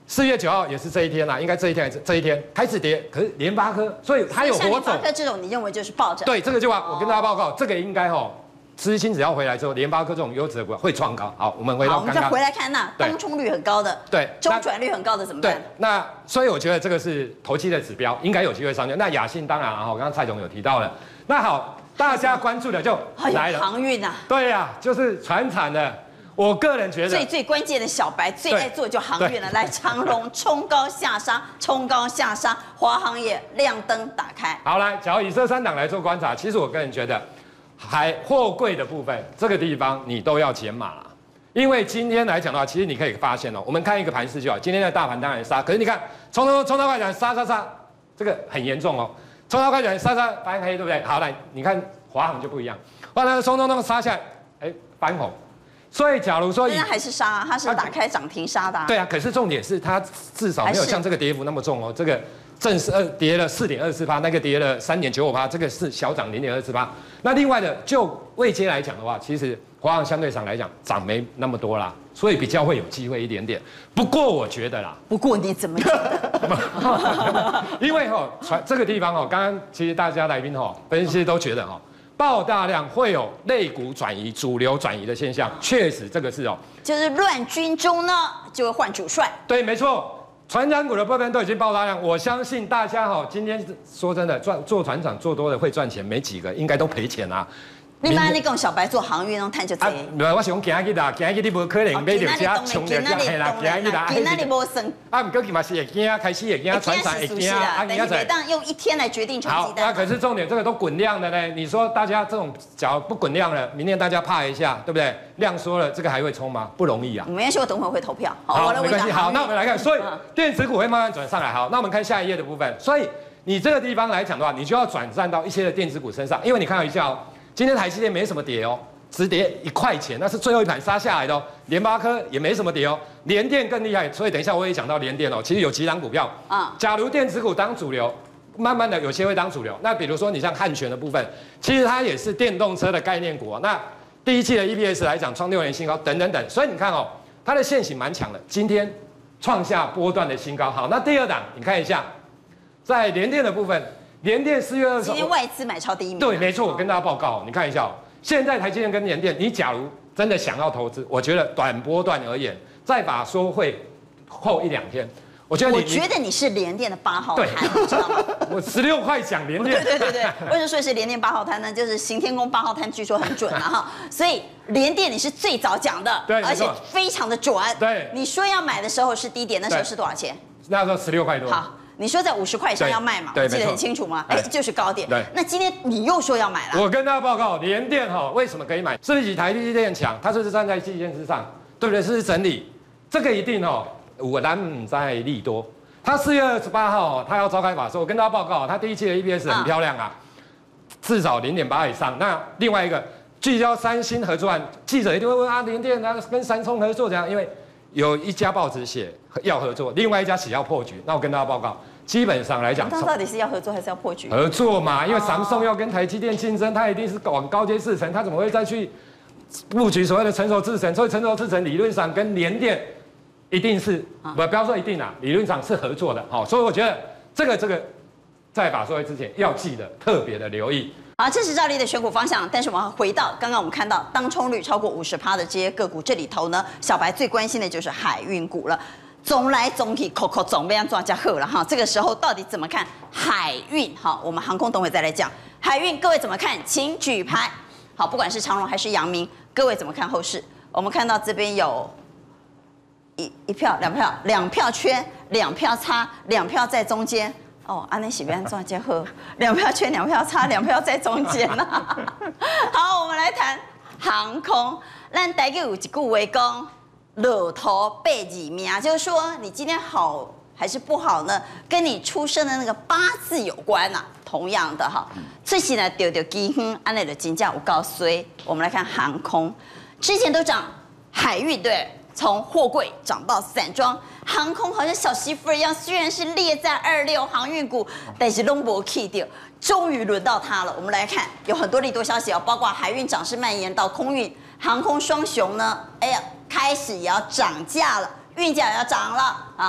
四月九号也是这一天啦，应该这一天还是这一天开始跌，可是联发科，所以它有火种。 联发科这种你认为就是暴涨？ 对，这个就啊，我跟大家报告，这个应该吼。资金只要回来之后，联发科这种优质的股会创高。好，我们回到刚刚， 我们再回来看那当冲率很高的， 对， 周转率很高的怎么办？ 对，那所以我觉得这个是投机的指标，应该有机会上去。那雅信当然啊，刚刚蔡总有提到了。那好，大家关注的就来了， 航运啊， 对呀、啊，就是传产的。我个人觉得最最关键的小白最爱做就航运了。来，长荣冲高下杀，冲高下杀，华航也亮灯打开。 好，来，假如以这三档来做观察，其实我个人觉得。海货柜的部分，这个地方你都要减码了，因为今天来讲的话，其实你可以发现哦，我们看一个盘势就好。今天的大盘当然杀，可是你看冲冲冲到快点杀杀杀，这个很严重哦，冲到快点杀杀翻黑，对不对？好，来你看华航就不一样，华航冲冲冲杀下来，哎翻红，所以假如说， 但它还是杀、啊，它是打开涨停杀的、啊。 对啊，可是重点是它至少没有像这个跌幅那么重哦，这个。正是二跌了四点二四趴，那个跌了三点九五趴，这个是小涨零点二四趴。那另外的就位阶来讲的话，其实华航相对上来讲涨没那么多啦，所以比较会有机会一点点。不过我觉得啦， 不过你怎么觉得？ 因为哈、哦，这个地方哦，刚刚其实大家来宾哈、哦、分析都觉得哈、哦，爆大量会有类股转移、主流转移的现象，确实这个是哦， 就是乱军中呢就会换主帅。 对，没错。船长股的部分都已经爆大量，我相信大家哈，今天说真的，赚做船长做多的会赚钱，没几个，应该都赔钱啊。 你妈你跟小白做航运，拢赚就多。啊， 我想今日啦，今日你无可能买到遮冲着遮系啦，今日啦， 今日你无算。 啊，不过起码是会惊，开始会惊，船长会惊，啊， 但是每当用一天来决定成绩单。 好，那可是重点，这个都滚量的呢。你说大家这种，假如不滚量了，明天大家怕一下，对不对？量缩了，这个还会冲吗？不容易啊。 没关系，我等会会投票。 好，没关系。好，那我们来看，所以电子股会慢慢转上来。好，那我们看下一页的部分。所以你这个地方来讲的话，你就要转战到一些的电子股身上，因为你看到一下哦。今天台积电没什么跌哦，只跌一块钱，那是最后一盘杀下来的哦。联发科也没什么跌哦，联电更厉害，所以等一下我也讲到联电哦。其实有几档股票啊，假如电子股当主流，慢慢的有些会当主流。那比如说你像汉泉的部分，其实它也是电动车的概念股哦。那第一季的 E P S 来讲创六年新高，等等等。所以你看哦，它的线型蛮强的，今天创下波段的新高。好，那第二档你看一下，在联电的部分。联电四月二十号， 今天外资买超第一名。 对，没错，我跟大家报告，你看一下哦，现在台积电跟联电，你假如真的想要投资，我觉得短波段而言，再把说会后一两天，我觉得你， 我觉得你是联电的八号摊，你知道吗？ 我十六块讲联电， 对对对对，为什么说是联电八号摊呢？就是行天宫八号摊，据说很准啊哈，所以联电你是最早讲的， 对， 而且非常的准。 对， 你说要买的时候是低点，那时候是多少钱？ 那时候十六块多。 好。你说在五十块以上要卖嘛？我记得很清楚嘛。哎，就是高点。 对。 那今天你又说要买了。 我跟大家报告，联电哈为什么可以买？是不是台积电强？它是不是站在季线之上？对不对？是不是整理？这个一定哦，我咱在利多。它四月二十八号它要召开法说，我跟大家报告，它第一期的 E P S 很漂亮啊，至少零点八以上。那另外一个聚焦三星合作案，记者一定会问啊，联电啊跟三星合作怎样？因为有一家报纸写要合作，另外一家写要破局。那我跟大家报告，基本上来讲， 它到底是要合作还是要破局？ 合作嘛，因为Samsung要跟台积电竞争，它一定是往高阶制程，它怎么会再去布局所谓的成熟制程？所以成熟制程理论上跟联电一定是不不要说一定啦，理论上是合作的。好，所以我觉得这个这个在法说会之前要记得特别的留意。 好，这是赵丽的选股方向，但是我们回到刚刚我们看到当冲率超过五十趴的这些个股，这里头呢，小白最关心的就是海运股了。总来总去，口口总被人抓家喝了哈。这个时候到底怎么看海运？好，我们航空等会再来讲海运，各位怎么看？请举牌。好，不管是长荣还是阳明，各位怎么看后市？我们看到这边有一一票、两票、两票圈、两票差、两票在中间。哦，安尼是要安怎结合？两票圈，两票差，两票在中间呐、啊。好，我们来谈航空。咱大概有一句话讲，落头背几命，就是说你今天好还是不好呢，跟你出生的那个八字有关呐、啊。同样的哈，最近呢丢丢基哼，安内的金价有高衰。我们来看航空，之前都涨海运对。从货柜涨到散装，航空好像小媳妇一样，虽然是列在二六航运股，但是拢无去掉。终于轮到它了。我们来看，有很多利多消息哦，包括海运涨势蔓延到空运，航空双雄呢，哎呀，开始也要涨价了，运价也要涨了啊。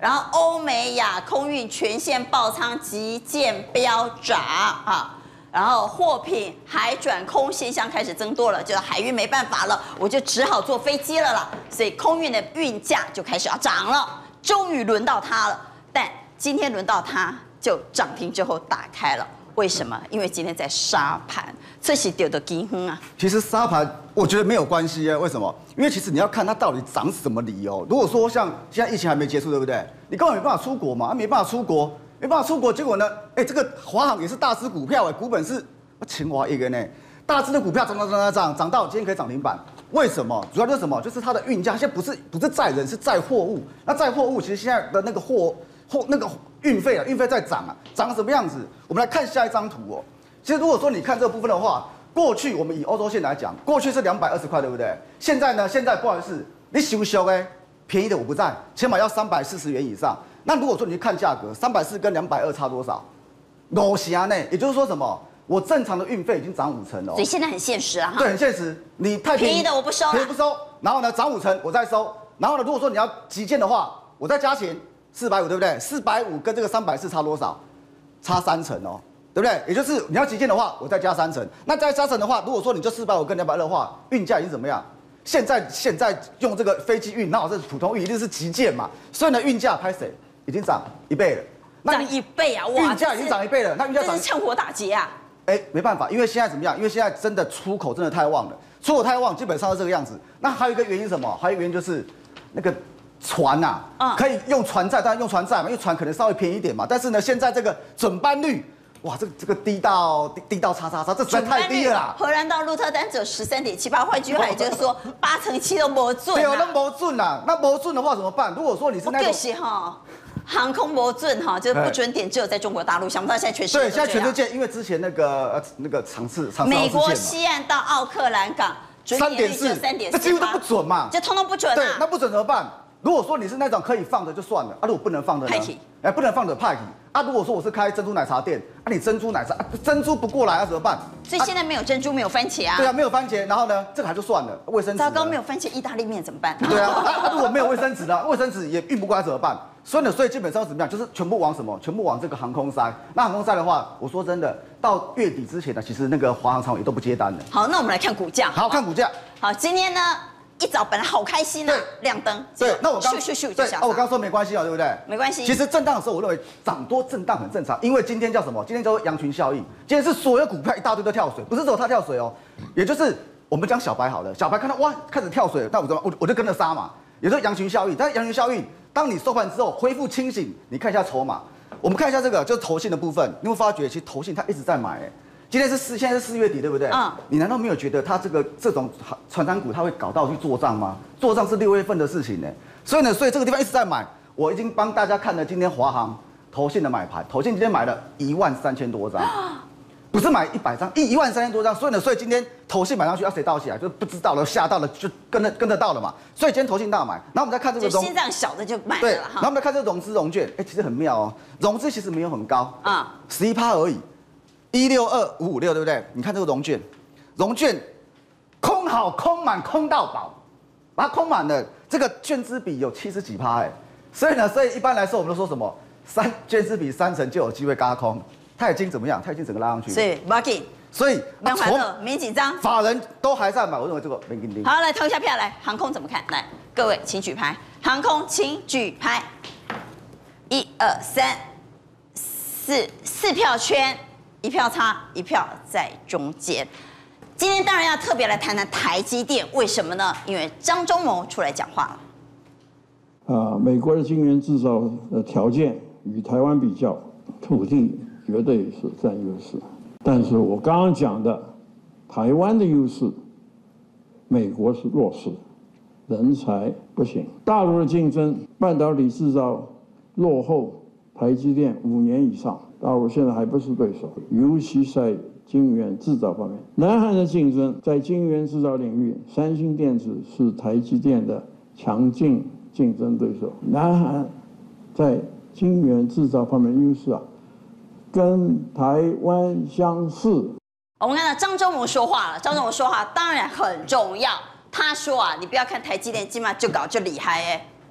然后欧美亚空运全线爆仓，急见飙涨啊。然后货品海转空现象开始增多了，就是海运没办法了，我就只好坐飞机了啦。所以空运的运价就开始要涨了，终于轮到它了。但今天轮到它就涨停之后打开了，为什么？因为今天在杀盘，这是丢的金哼啊。 其实杀盘我觉得没有关系啊，为什么？因为其实你要看它到底涨什么理由。如果说像现在疫情还没结束，对不对？你根本没办法出国嘛，啊、没办法出国。没办法出国，结果呢？哎，这个华航也是大只股票哎，股本是清华一个呢，大只的股票涨涨涨涨涨，涨到今天可以涨停板。为什么？主要就是什么？就是它的运价现在不是不是载人，是载货物。那载货物其实现在的那个货货那个运费啊，运费在涨啊，涨什么样子？我们来看下一张图哦。其实如果说你看这个部分的话，过去我们以欧洲线来讲，过去是两百二十块，对不对？现在呢？现在不好意思，你修修哎，便宜的我不在，起码要三百四十元以上。那如果说你去看价格，三百四跟两百二差多少？五成呢？也就是说什么？我正常的运费已经涨五成了。 所以现在很现实啊，哈。 对，很现实。你太便宜， 便宜的我不收， 便宜不收。然后呢，涨五成我再收。然后呢，如果说你要急件的话，我再加钱四百五，对不对？四百五跟这个三百四差多少？差三成哦，对不对？也就是你要急件的话，我再加三成。那再加成的话，如果说你就四百五跟两百二的话，运价已经怎么样？现在现在用这个飞机运，那我这普通运一定是急件嘛，所以呢，运价拍谁？已经涨一倍了， 涨一倍啊！哇， 运价已经涨一倍了，那运价涨， 这是趁火打劫啊！ 哎，没办法，因为现在怎么样？因为现在真的出口真的太旺了，出口太旺，基本上是这个样子。那还有一个原因是什么？还有一个原因就是那个船呐、啊，嗯、可以用船载，当然用船载嘛，因为船可能稍微便宜一点嘛。但是呢，现在这个准班率，哇，这个这个低到低低到叉叉叉，这实在太低了啦。 荷兰到鹿特丹只有十三点七八，换句话也就是说八成七都没准。 对哦，那没准呐，那没准的话怎么办？如果说你是那种， 是哈。航空不准哈，就是不准点，只有在中国大陆。想不到现在全世界对，现在全世界，因为之前那个呃那个场次场次美国西岸到奥克兰港三点四， 三点四，这几乎都不准嘛， 就通通不准啊。 对，那不准怎么办？如果说你是那种可以放的就算了，啊，如果不能放的呢？哎，不能放的派去啊。如果说我是开珍珠奶茶店，啊，你珍珠奶茶、啊、珍珠不过来啊，怎么办？ 所以现在没有珍珠，没有番茄啊。 对啊，没有番茄，然后呢，这个还就算了，卫生纸。 糟糕，没有番茄意大利面怎么办？ 对啊，啊如果没有卫生纸呢？卫生纸也运不过来怎么办？所以呢，所以基本上怎么样，就是全部往什么？全部往这个航空塞。那航空塞的话，我说真的，到月底之前呢，其实那个华航、长荣也都不接单了。 好，那我们来看股价。 好看股价。 好，今天呢一早本来好开心啊，亮灯。 对，那我刚咻咻咻对，哦，我刚说没关系啊，对不对？ 没关系。 其实震荡的时候，我认为涨多震荡很正常，因为今天叫什么？今天叫做羊群效应。今天是所有股票一大堆都跳水，不是只有它跳水哦，也就是我们讲小白好了，小白看到哇开始跳水了，那我怎么我我就跟着杀嘛，也就是羊群效应。但是羊群效应。当你收盘之后恢复清醒，你看一下筹码，我们看一下这个就是投信的部分，你会发觉其实投信它一直在买，哎，今天是四，现在是四月底，对不对？嗯。你难道没有觉得它这个这种传产股它会搞到去做账吗？做账是六月份的事情呢，所以呢，所以这个地方一直在买，我已经帮大家看了今天华航投信的买盘，投信今天买了一万三千多张。不是买一百张，一一万三千多张，所以呢，所以今天投信买上去，要谁倒起来，就不知道了，吓到了，就跟着跟着到了嘛。所以今天投信大买，然后我们再看这个融， 心脏小的就买了对，然后我们再看这个融资融券，哎，其实很妙哦，融资其实没有很高啊，十一趴而已，一六二五五六，对不对？你看这个融券，融券空好空满空到饱，把它空满了，这个券资比有七十几趴哎，所以呢，所以一般来说我们都说什么三券资比三成就有机会嘎空。它已经怎么样？它已经整个拉上去了。 是 m a r k 所以蛮欢乐，没紧张。 法人都还在买，我认为这个没紧盯。 好，来投一下票，来航空怎么看？来，各位请举牌。航空请举牌。一二三四四票圈，一票差，一票在中间。今天当然要特别来谈谈台积电，为什么呢？因为张忠谋出来讲话了。 啊，美国的晶圆制造的条件与台湾比较。土地绝对是占优势，但是我刚刚讲的，台湾的优势，美国是弱势，人才不行，大陆的竞争，半导体制造落后台积电五年以上，大陆现在还不是对手，尤其在晶圆制造方面，南韩的竞争在晶圆制造领域，三星电子是台积电的强劲竞争对手，南韩在晶圆制造方面优势啊。跟台湾相似。 我们看到张忠谋说话了，张忠谋说话当然很重要。他说啊，你不要看台积电今晚就搞就厉害哎，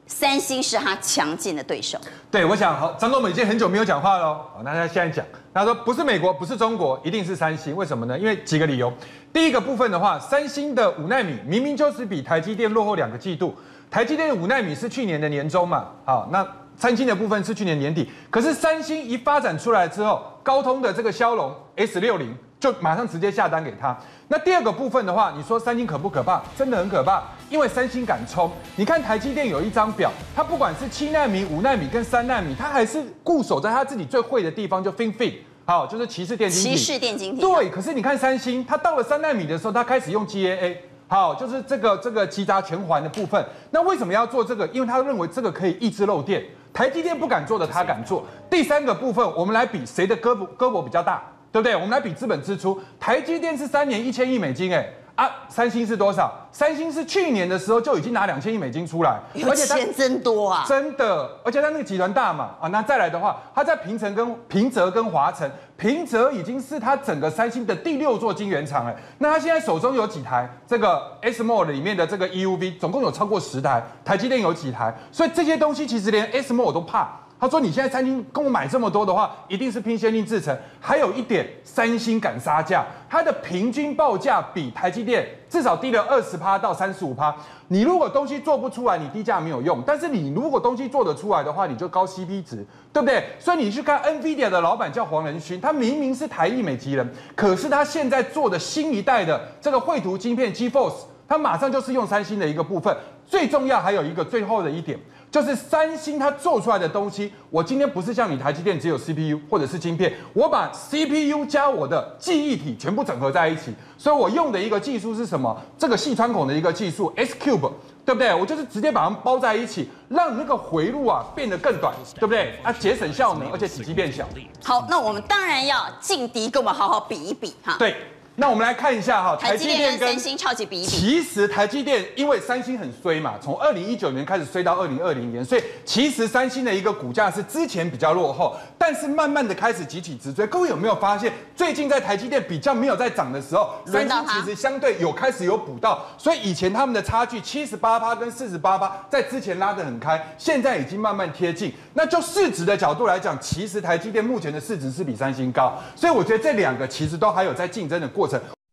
三星是他强劲的对手。 对，我想好，张忠谋已经很久没有讲话喽。好，那他现在讲，他说不是美国，不是中国，一定是三星。为什么呢？因为几个理由。第一个部分的话，三星的五奈米明明就是比台积电落后两个季度。台积电的五奈米是去年的年中嘛，好，那三星的部分是去年年底。可是三星一发展出来之后，高通的这个骁龙 S 六零就马上直接下单给他。那第二个部分的话，你说三星可不可怕？真的很可怕，因为三星敢冲。你看台积电有一张表，它不管是七奈米、五奈米跟三奈米，它还是固守在它自己最会的地方，就 FinFET。好，就是骑士电晶体。 骑士电晶体。 对，可是你看三星，它到了三奈米的时候，它开始用 G A A。好，就是这个这个极杂全环的部分。那为什么要做这个？因为他认为这个可以抑制漏电。台积电不敢做的，他敢做。第三个部分，我们来比谁的胳膊胳膊比较大，对不对？我们来比资本支出。台积电是三年一千亿美金，哎。啊，三星是多少？三星是去年的时候就已经拿两千亿美金出来， 而且钱真多啊， 真的，而且它那个集团大嘛，啊，那再来的话，它在平成跟平泽跟华城，平泽已经是它整个三星的第六座晶圆厂了。那它现在手中有几台？这个 S M O 里面的这个 E U V 总共有超过十台，台积电有几台？所以这些东西其实连 S M O 都怕。他说：“你现在三星跟我买这么多的话，一定是拼先进制程。还有一点，三星敢杀价，它的平均报价比台积电至少低了二十趴到三十五趴。你如果东西做不出来，你低价没有用；但是你如果东西做得出来的话，你就高 C P 值，对不对？所以你去看 NVIDIA 的老板叫黄仁勋，他明明是台裔美籍人，可是他现在做的新一代的这个绘图晶片 GeForce， 他马上就是用三星的一个部分。最重要还有一个最后的一点。”就是三星它做出来的东西，我今天不是像你台积电只有 C P U 或者是晶片，我把 C P U 加我的记忆体全部整合在一起，所以我用的一个技术是什么？这个细穿孔的一个技术 S Cube， 对不对？我就是直接把它们包在一起，让那个回路啊变得更短，对不对？啊，节省效能，而且体积变小。 好，那我们当然要劲敌跟我们好好比一比哈。 对。那我们来看一下哈， 台积电跟三星超级比一比。 其实台积电因为三星很衰嘛，从二零一九年开始衰到二零二零年，所以其实三星的一个股价是之前比较落后，但是慢慢的开始急起直追。各位有没有发现，最近在台积电比较没有在涨的时候，三星其实相对有开始有补到，所以以前他们的差距七十八趴跟四十八趴，在之前拉得很开，现在已经慢慢贴近。那就市值的角度来讲，其实台积电目前的市值是比三星高，所以我觉得这两个其实都还有在竞争的过程。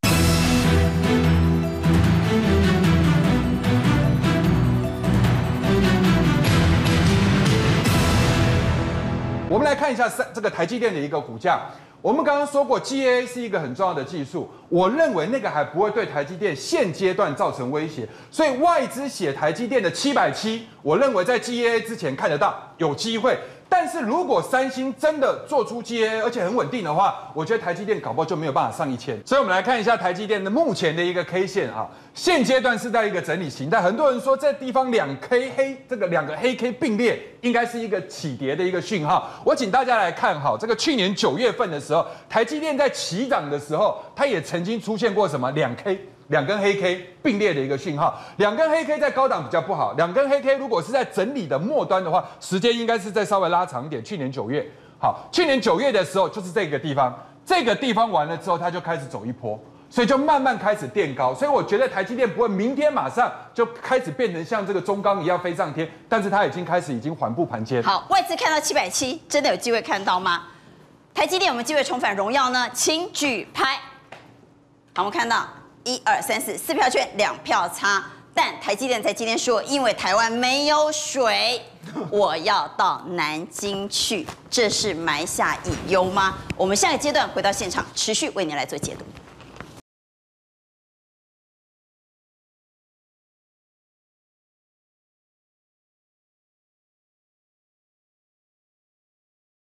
我们来看一下这个台积电的一个股价。我们刚刚说过 G A A 是一个很重要的技术，我认为那个还不会对台积电现阶段造成威胁，所以外资写台积电的七百七，我认为在 G A A 之前看得到有机会。但是如果三星真的做出 G A A 而且很稳定的话，我觉得台积电搞不好就没有办法上一千。所以我们来看一下台积电的目前的一个 K 线啊，现阶段是在一个整理形态。很多人说这地方两 K 黑，这个两个黑 K 并列，应该是一个起跌的一个讯号。我请大家来看好这个去年九月份的时候，台积电在起涨的时候，它也曾经出现过什么两 K。两根黑 K 并列的一个讯号，两根黑 K 在高档比较不好，两根黑 K 如果是在整理的末端的话，时间应该是再稍微拉长一点。去年九月，好，去年九月的时候就是这个地方，这个地方完了之后，它就开始走一波，所以就慢慢开始垫高。所以我觉得台积电不会明天马上就开始变成像这个中钢一样飞上天，但是它已经开始已经缓步盘间。 好，外资看到七百七，真的有机会看到吗？台积电有没有机会重返荣耀呢？请举牌。好，我们看到。一二三四四票圈，两票差。但台积电在今天说，因为台湾没有水，我要到南京去，这是埋下隐忧吗？我们下个阶段回到现场，持续为您来做解读。